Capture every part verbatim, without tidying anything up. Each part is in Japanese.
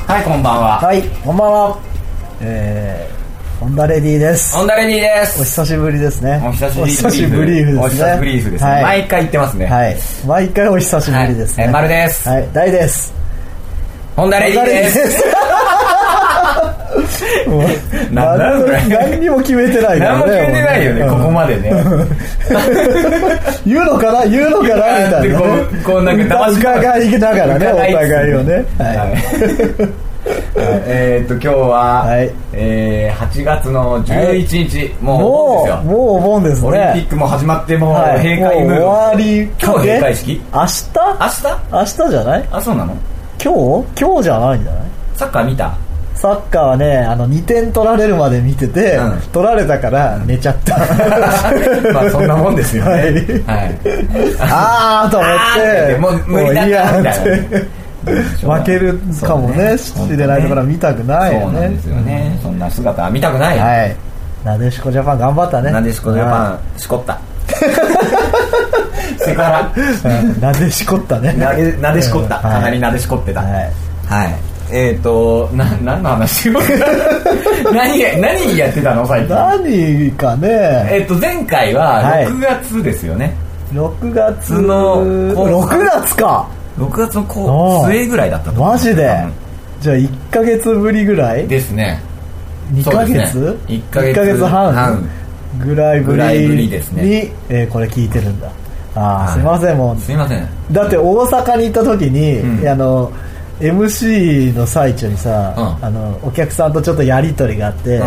はい、こんばんは。 はい、こんばんは。えー、ホンダレディです。 ホンダレディです。 お久しぶりですね。 お久しぶり。 お久しぶりですね。 お久しぶりですね。はい、毎回言ってますね。 はい。毎回お久しぶりですね。 はい、えー、丸です。 はい、大です。 ホンダレディです。 なんだそれ。何にも決めてないからね。 何も決めてないよね、ここまでね。 言うのかな言うのかなみたいな。 こう、こうなんか騙し伺いながらね、お互いをね。 はい。えっと今日は、はい、えー、はちがつのじゅういちにち、はい、もうお盆ですよ。 もうお盆ですね。 オリンピックも始まってもう閉会ムード、 はい、終わり。 今日閉会式？ 明日？ 明日？ 明日じゃない？ あ、そうなの？ 今日？今日じゃないんじゃない？ サッカー見た？ サッカーはね、あのにてん取られるまで見てて、うん、取られたから寝ちゃったまあそんなもんですよね、はい、はい、 あーと思ってもう無理だったみたいな負けるかもねしれないところは見たくないよね。 そうなんですよね、うん、そんな姿は見たくない、 はい、なでしこジャパン頑張ったね。 なでしこジャパンしこったセクハラなでしこったね。 なで、なでしこった、うん、かなりなでしこってた。はい、はい、えーとな何の話何何やってたの最近。 何かね。 えーと前回はろくがつですよね、 はい、ろくがつのろくがつかろくがつの後末ぐらいだったと思う。 マジで、じゃあいっかげつぶりぐらいですね。 にかげつ、ね、 いっかげつはんぐらいぶりにですね、 えー、これ聞いてるんだ。あ、はい、すいません。もうすいません。 だって大阪に行った時に、うん、あのエムシー の最中にさ、うん、あのお客さんとちょっとやり取りがあって、うん、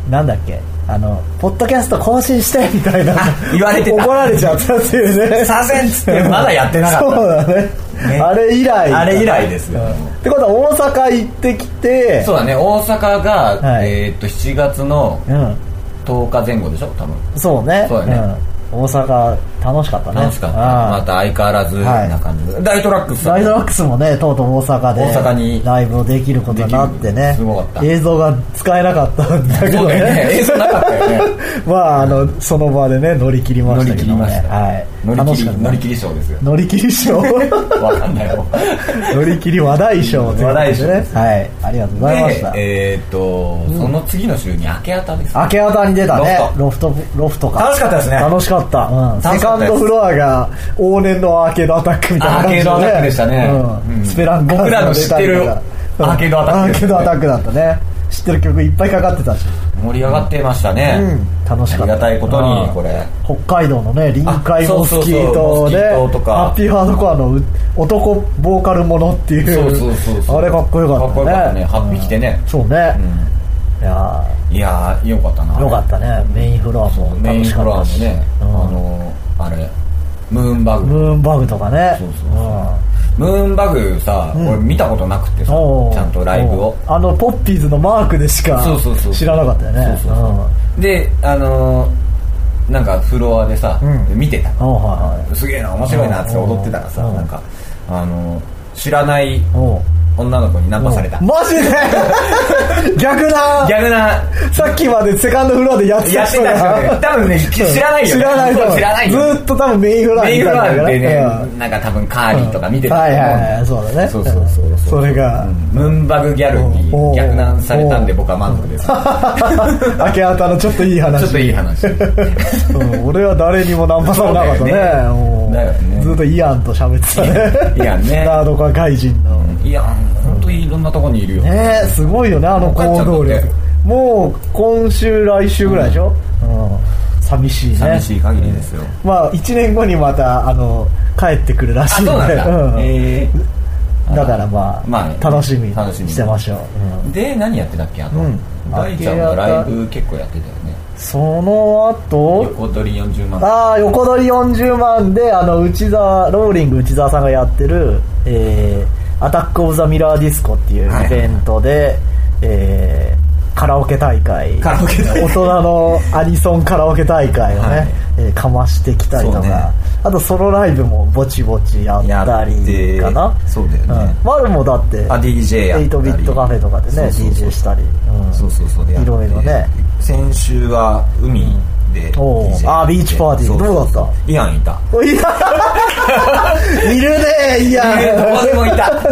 なんだっけ、あのポッドキャスト更新してみたいな言われてた。 怒られちゃったっていうね。 させんっつってまだやってなかったそうだ ね, ねあれ以来あれ以来ですよ、うん、 ってことは大阪行ってきて。 そうだね、大阪が、はい、えー、っとしちがつのとおかぜん後でしょ多分。 そうね。 そうだね、 うん、大阪楽しかったね。 楽しかった。また相変わらずな感じで、はい、大トラックス大トラックスもね、とうとう大阪で大阪にライブをできることになってね。 すごかった。 映像が使えなかったんだけど ね, ね映像なかったよねまああのその場でね乗り切りましたけどね。 乗り切りました、 はい、 乗り切り乗り切りショーですよ。 乗り切りショーわかんないよ乗り切り話題ショーということでね。話題ショーです、 ね、 はい、ありがとうございました。 えー、っと、うん、その次の週に明け方です、ね、 明け方に出たね。ロフトロフトか楽しかったですね。 楽しかった、うん、セカンドフロアが往年のアーケードアタックみたいな感じで、ね、 アーケードアタックでしたね、 うんうん、スペランカーズ僕らの知ってるアーケードアタック、 アーケードアタックだったね。知ってる曲いっぱいかかってたし盛り上がってましたね、うん、 楽しかった。 ありがたいことにこれ北海道のね臨海モスキートでハッピーハードコアの男ボーカルものっていう、そうそうそうそう、あれかっこよかったね。かっこよかったね、ハッピー着てね、 うん、そうね、うん、いやいやよかったな。 よかったね。メインフロアも楽しかったし、 メインフロアもね、うん、あのあれムーンバグムーンバグとかね。 そうそうそう、うん、ムーンバグさ、うん、俺見たことなくてさ、ちゃんとライブをあのポッピーズのマークでしか知らなかったよね。そうそうそう、 うん、であのー、なんかフロアでさ、うん、見てた、はいはい、すげえな面白いなって踊ってたらさ、なんかあのー、知らない女の子にナンパされた。 マジで逆な逆なさっきまでセカンドフロアでやってた人が多分ね知らないよ、ね、 知らないと知らないよ。 ずっと多分メインフロアメインフロアでね、うん、なんか多分カーリーとか見てた、うん、 はいはいはいそうだね。 そうそうそうそう、 それが、 うん、ムーンバグギャルに逆難されたんで僕は満足です。 明け方のちょっといい話ちょっといい話、 うん、俺は誰にもナンパされなかった ね, ね, ねずっとイアンと喋ってたね。 イアンねナードか外人の、 うん、イアン本当にいろんなとこにいるよね。すごいよねあの行動力。もう今週来週ぐらいでしょ、うんうん、寂しいね。 寂しい限りですよ、 うん、まあいちねんごにまたあの帰ってくるらしいんで。あ、そうなんだ、うん、えー、だからまあ、まあ、楽しみにしてましょう、うん、 で何やってたっけあと、うん、大ちゃんのライブ結構やってたよね。 その後横取りよんじゅうまん。 ああ横取りよんじゅうまんであの内澤ローリング内澤さんがやってる、えー、アタックオブザミラーディスコっていうイベントで、はいはいはい、えー、カラオケ大会、 カラオケ大会大人のアニソンカラオケ大会をね、はい、えー、かましてきたりとか、ね、あとソロライブもぼちぼちやったりかな。 そうだよね、 うん、マルもだってあ ディージェー やったりエイトビットカフェとかでね ディージェー したり、うん、 そうそうそうでやっていろいろね。 先週は海で、 うん、あビーチパーティーそうそうそう、どうだった？ イアンいた。 いるねイアン。 どこでもいた。あ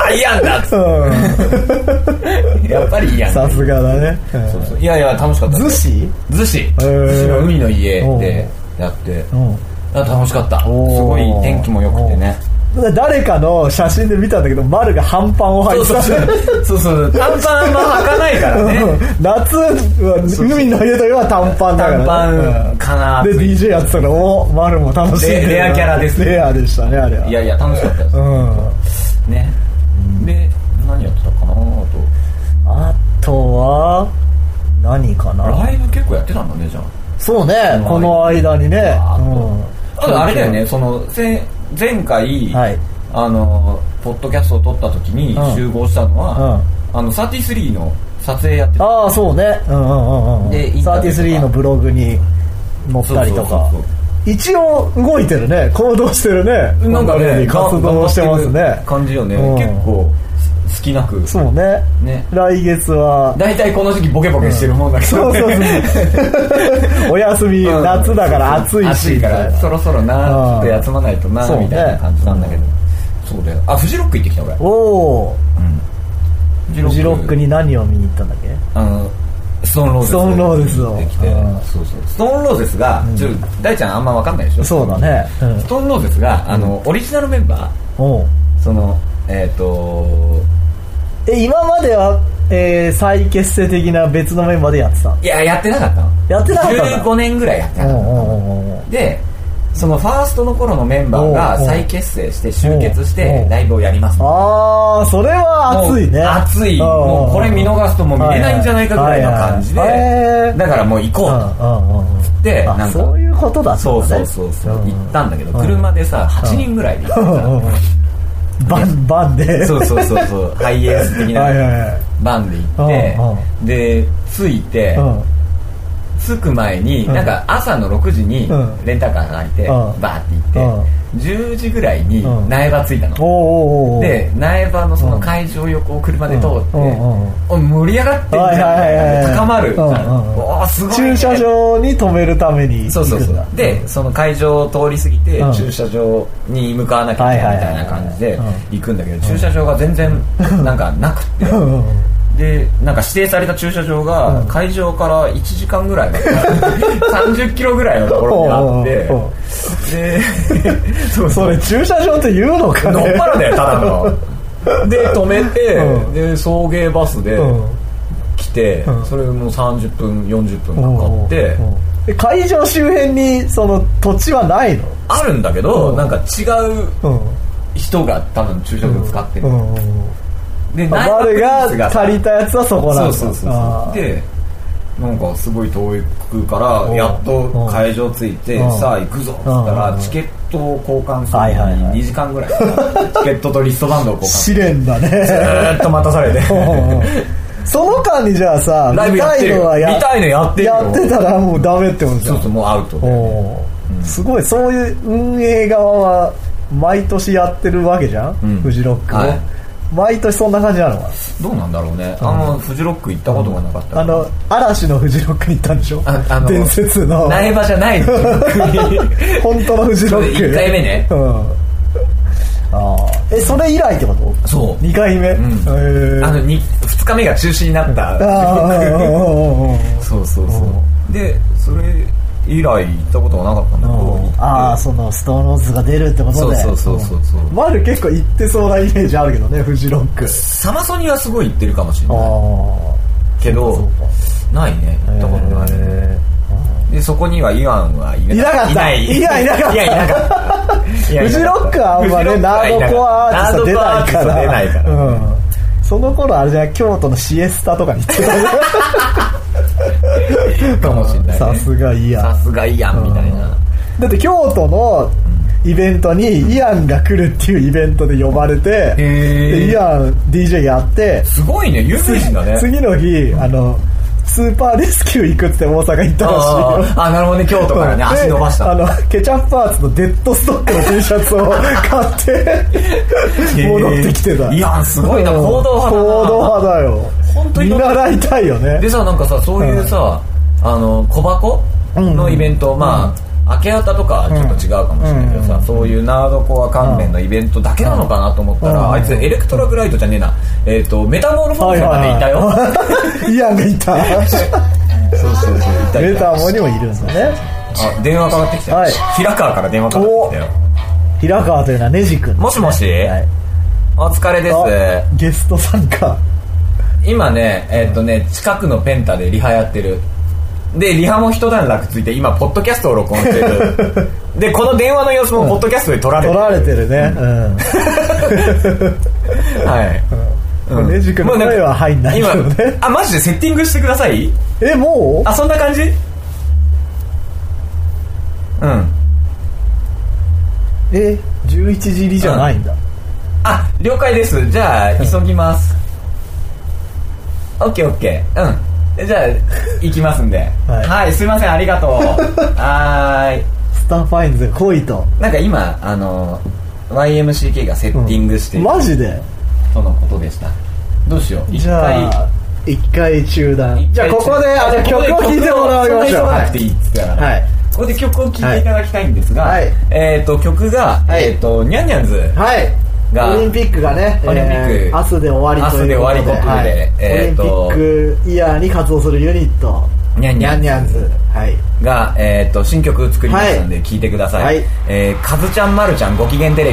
あイアンだっつって、うん、やっぱりイアン。 さすがだね。 そうそう、いやいや楽しかった。 逗子逗子逗子の海の家でやって、楽しかった。すごい天気も良くてね。 誰かの写真で見たんだけど、丸が半パンを履いてた。 そうそう短パンは履かないからね。 夏は海の家といえば短パンだから、ね、 短パンかな。 で ディージェー やってたから、お丸も楽しんでる。 レアキャラですね。 レアでしたねあれは。 いやいや楽しかったです、うん、ね。で何やってたかな。あとあとは何かな。 ライブ結構やってたんだね。じゃあそうね、この間にね。 あとあれだよね、その前回、はい、あのポッドキャストを撮った時に集合したのは、うん、あのさんじゅうさんの撮影やってた。 ああそうね、うんうんうん、でさんじゅうさんのブログに載ったりとか。そうそうそうそう、一応動いてるね、行動してるね、 なんかね活動してますね感じよね、うん、結構好きなく。 そうね、ね、来月は大体この時期ボケボケしてるもんだけど、うん、そうそうそうお休み、うん、夏だから暑いし、 暑いからそろそろなちょっと休まないとな、みたいな感じなんだけど、そうだよ。あ、フジロック行ってきた俺。 おお、うん、フジロックに何を見に行ったんだっけ。 あのストーンローゼス。 ストーンローゼスを行ってきて、そうそう、ストーンローゼスが、うん、ちょ大ちゃんあんま分かんないでしょ。 そうだね、 うん、ストーンローゼスがあの、うん、オリジナルメンバー、おそのえっ、ー、とえ今までは、えー、再結成的な別のメンバーでやってた。 いややってなかったの。 やってなかったんだ。 じゅうごねんぐらいやってなかったの。でそのファーストの頃のメンバーが再結成して集結してライブをやります。ああそれは熱いね。 熱い。もうこれ見逃すともう見れないんじゃないかぐらいの感じで、だからもう行こうっつってなんかそういうことだったんだね。 そうそうそう行ったんだけど、車でさはちにんぐらいで行ったバンバンでそうそうそうそうハイエース的なバンで行ってで着いて着く前になんか朝のろくじにレンタカーが空いてバーって行ってじゅうじぐらいに苗場着いたので苗場のその会場横を車で通って盛り上がってるじゃん高まるじゃん。すごい駐車場に止めるためにそうそうそうでその会場を通り過ぎて駐車場に向かわなきゃいけないみたいな感じで行くんだけど駐車場が全然なんかなくってでなんか指定された駐車場が会場からいちじかんぐらいさんじゅっキロぐらいのところにあってでそうそれ駐車場って言うのかね。 のっぱらだよただので止めて、うん、で送迎バスで来て、うん、それもさんじゅっぷんよんじゅっぷんかかって、うんうん、会場周辺にその土地はないの。 あるんだけど、うん、なんか違う人が多分駐車場使ってる、うんうんでバルが借りたやつはそこなんだ。 そうそうそうそうでなんかすごい遠くからやっと会場着いてさあ行くぞっつったらチケットを交換するのににじかんぐらいチケットとリストバンドを交換試練だね。 ずーっと待たされてその間にじゃあさライブやってるよ。見たいのやってるよ。 やってたらもうダメってことじゃん。 そうそうもうアウトで、 うん、すごいそういう運営側は毎年やってるわけじゃん、うん、フジロックを、はい毎年そんな感じなのかな。 どうなんだろうね。あの、うん、フジロック行ったことがなかった、 うん、あの嵐のフジロックに行ったんでしょ。ああの伝説の苗場じゃない本当のフジロックいっかいめね、うん、 あえそれ以来ってこと。 そうにかいめ、うん、 えあのにふつかめが中止になったそうそうそう、うん、でそれ以来行ったことがなかったんだけど、 ああそのストーンローズが出るってことでそうそうそうそうそう、 マル結構行ってそうなイメージあるけどねフジロック。 サマソニはすごい行ってるかもしれないけどないね行ったことない、えー、でそこにはイワンはいなかった。 いないいないいなかったいやいなかったフジロックはあんまねナードコアアーティスト出ないから出ないから、うん、 その頃あれじゃ京都のシエスタとかに行ってたかもしれない、ね、 さすがイアンさすがイアンみたいな、 うん、だって京都のイベントにイアンが来るっていうイベントで呼ばれて、でイアン ディージェー やってすごいね有名人だね。 次の日あのスーパーレスキュー行くって大阪行ったらしいよ。 ああなるほどね京都からね足伸ばしたあのケチャップアーツのデッドストックの T シャツを買って戻ってきてた。 イアンすごいな行動派だな。 行動派だよ本当に見習いたいよね。 でさなんかさそういうさ、うん、あの小箱のイベント、うん、まあ明け方とかはちょっと違うかもしれないけどさ、うん、そういうナードコア関連のイベントだけなのかなと思ったら、うん、あいつエレクトラブライトじゃねえな、えー、とメタモルフォーゼまでいたよ、 イアンがいたそうそうそう、いたメタモにもいるんですね。 あ、電話かかってきたよ、はい、平川から電話かかってきたよ。 平川というのはネジ君、ね、 もしもし、はい、お疲れです。 ゲスト参加。 今ね、えー、っとね近くのペンタでリハやってる。でリハも一段落ついて今ポッドキャストを録音してるでこの電話の様子もポッドキャストで撮られてる、 撮られてるね、うん、 はい、 うん、ネジ君の声は入んないけどね。 あ、マジでセッティングしてください。 え、もうあ、そんな感じ。うん。 え、じゅういちじ入りじゃないんだ、うん、 あ、了解です。じゃあ急ぎます、うん、オッケーオッケー、うん、じゃあ行きますんで、はい、はい、すいません、ありがとうはーい。 スターファインズが来いと。 なんか今あの ワイエムシーケー がセッティングしている、 うん、マジでとのことでした。どうしよう、 じゃあ一回中断。じゃあここで、あ、じゃあ曲を聴いてもらいましょう。 なくていいっつったら、はい、ここで曲を聴いていただきたいんですが、はい、えっ、ー、と曲が、はい、えっ、ー、とニャンニャンズ、はい、 オリンピックがね、 オリンピック、 えー、明日で終わりということで、 明日で終わりということで、はい、 えー、とオリンピックイヤーに活動するユニットニャンニャン ズ, ニャンニャンズ、はい、 が、えー、と新曲作りましたので聴いてください、はい、えー、カズちゃんまるちゃんご機嫌テレビ。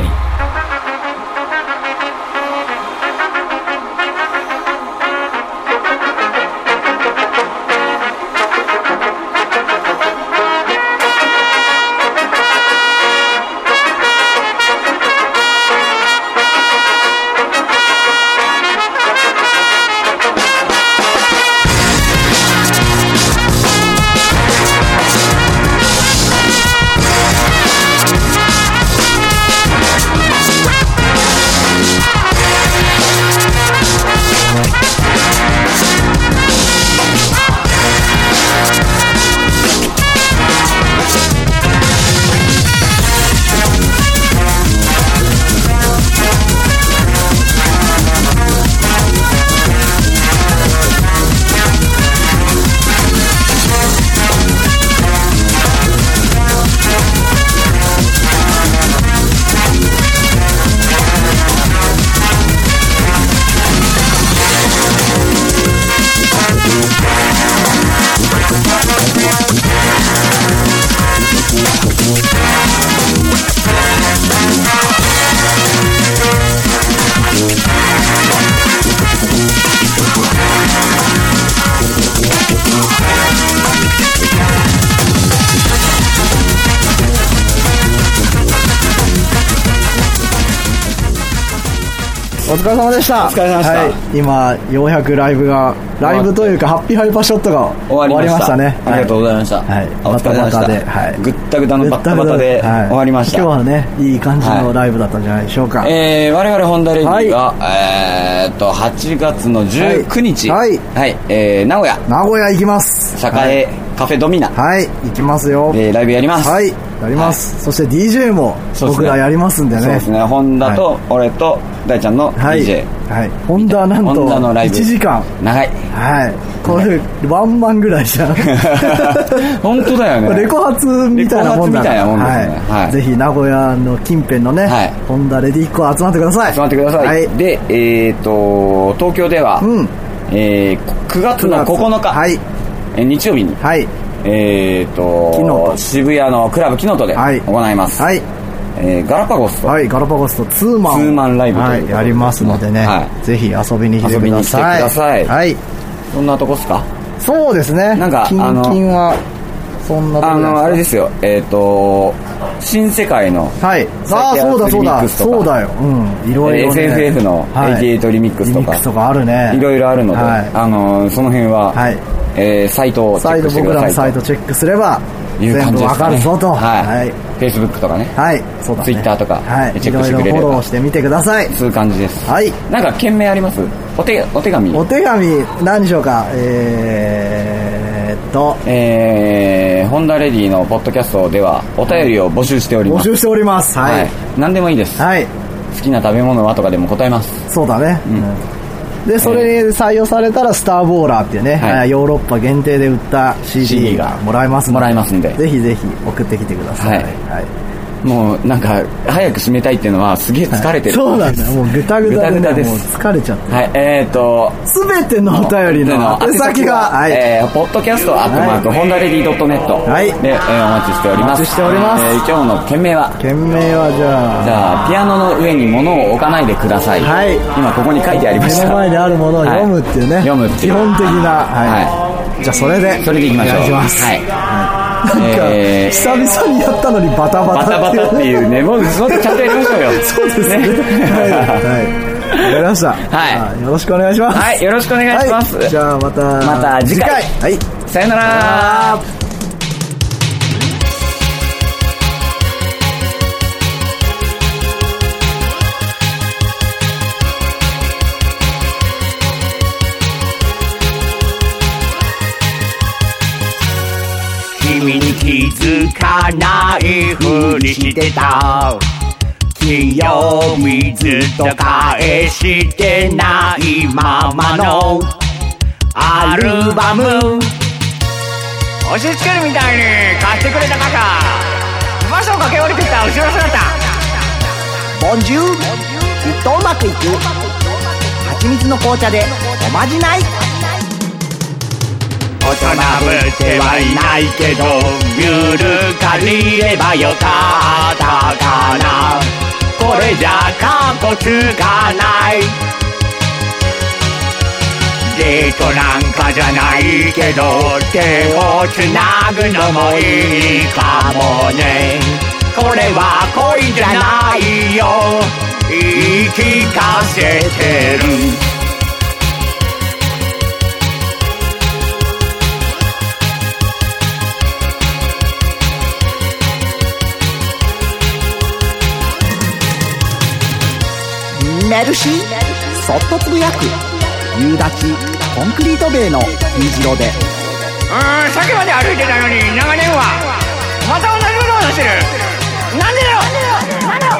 お疲れ様でした。 お疲れ様でした、 はい、今ようやくライブがライブというかハッピーハイパーショットが終わりましたね。 ありがとうございました、はい、お疲れ様でした。バタバタで、はい、ぐったぐたのバッタバタで終わりました。 今日はねいい感じのライブだったんじゃないでしょうか、 はい、えー、我々ホンダレディが、はい、えー、っとはちがつのじゅうくにち、はい、はい、えー、名古屋名古屋行きます。 栄、はい、カフェドミナ、 はい、行きますよ、 えー、ライブやります。 はい、やります、はい、そして ディージェー も僕らやりますんでね。 そうですね、ホンダと俺と大ちゃんの ディージェー、 はいはい、ホンダはなんといちじかん長い、 はい、これワンマンぐらいじゃん本当だよね。 レコ発みたいなもんだから、 はいはい、 ぜひ名古屋の近辺のね、はい、ホンダレディーコ集まってください。 集まってください、はい、で、えー、と東京では、うん、えー、くがつのここのか、はい、えー、日曜日に、はい、えー、と渋谷のクラブキノトで行います、はい、えー、ガラパゴスと、 はい、ガラパゴスとツーマンツーマンライブという、 はい、やりますのでね、はい、ぜひ遊びに来てください。 遊びに来てください。 はい、 そんなとこっすか。 そうですね、 なんかキンキンはそんなとこあのあれですよ、えっ、ー、と新世界の、 はい、ああそうだそうだそうだよ、うん、いろいろ、ね、 エスエフエフ のはちじゅうはちリミックスとか、 リミックスとかあるね、 いろいろあるので、はい、あのその辺は、はい、えー、サイトをチェックしてくださいと。 僕らのサイトチェックすれば全部わかるぞと、 はい、はい、Facebook とかね、 はい、そうだね、 Twitter とか、 はい、 チェックしてくれればいろいろフォローしてみてください。 そういう感じです。 はい、 なんか件名あります？お手お手紙。 お手紙何でしょうか。えーっと、 えー、ホンダレディのポッドキャストではお便りを募集しております。 募集しております。はい。はい、 何でもいいです。 はい。 好きな食べ物はとかでも答えます。 そうだね。うん。 でそれに採用されたらスターボーラーっていうね、はい、ヨーロッパ限定で売った シーディー がもらえますもらえますんで、 ぜひぜひ送ってきてください。はい、はいもうなんか早く締めたいっていうのはすげえ疲れてる、 はい、そうなんだよ。もうグタグタで、ね、もう疲れちゃって、 はい、えーと全てのお便りの宛先が、はい、 えー、ポッドキャストアットマークホンダレディドットネットで、えー、お待ちしております。 お待ちしております。 えー、今日の件名は件名はじゃあじゃあピアノの上に物を置かないでください、はい、今ここに書いてありました。 目の前であるものを読むっていうね、はい、 読むっていう基本的な、はいはい、じゃあそれでそれでいきましょう。お願いします。はい、 なんか、えー、久々にやったのにバタバタバタバタっていうね、もうちゃんとやりましょうよ。 そうですね。はい、はい。わかりました。はい。よろしくお願いします。 はい、よろしくお願いします。はい、 じゃあまたまた次回。 はい。 さよなら。 君に気づかないふりしてた清水と返してないままのアルバム押し付けるみたいに貸してくれた方場所を駆け下りてった後ろ姿ボンジュールきっとうまくいく蜂蜜の紅茶でおまじない大人ぶってはいないけどミュール借りればよかったかなこれじゃカッコつかないデートなんかじゃないけど手をつなぐのもいいかもねこれは恋じゃないよ言い聞かせてるメルシーそっとつぶやく夕立コンクリート塀の虹色でうーんさっきまで歩いてたのに長年はまた同じことをしてるなんでだろなんでだろ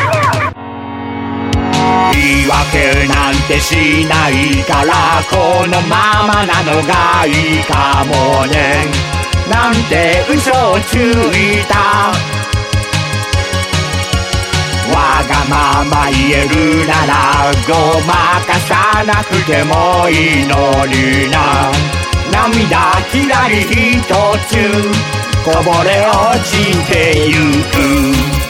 なんでだろ言い訳なんてしないからこのままなのがいいかもねなんて嘘をついたわがまま言えるならごまかさなくてもいいのにな涙きらりひとつこぼれ落ちてゆく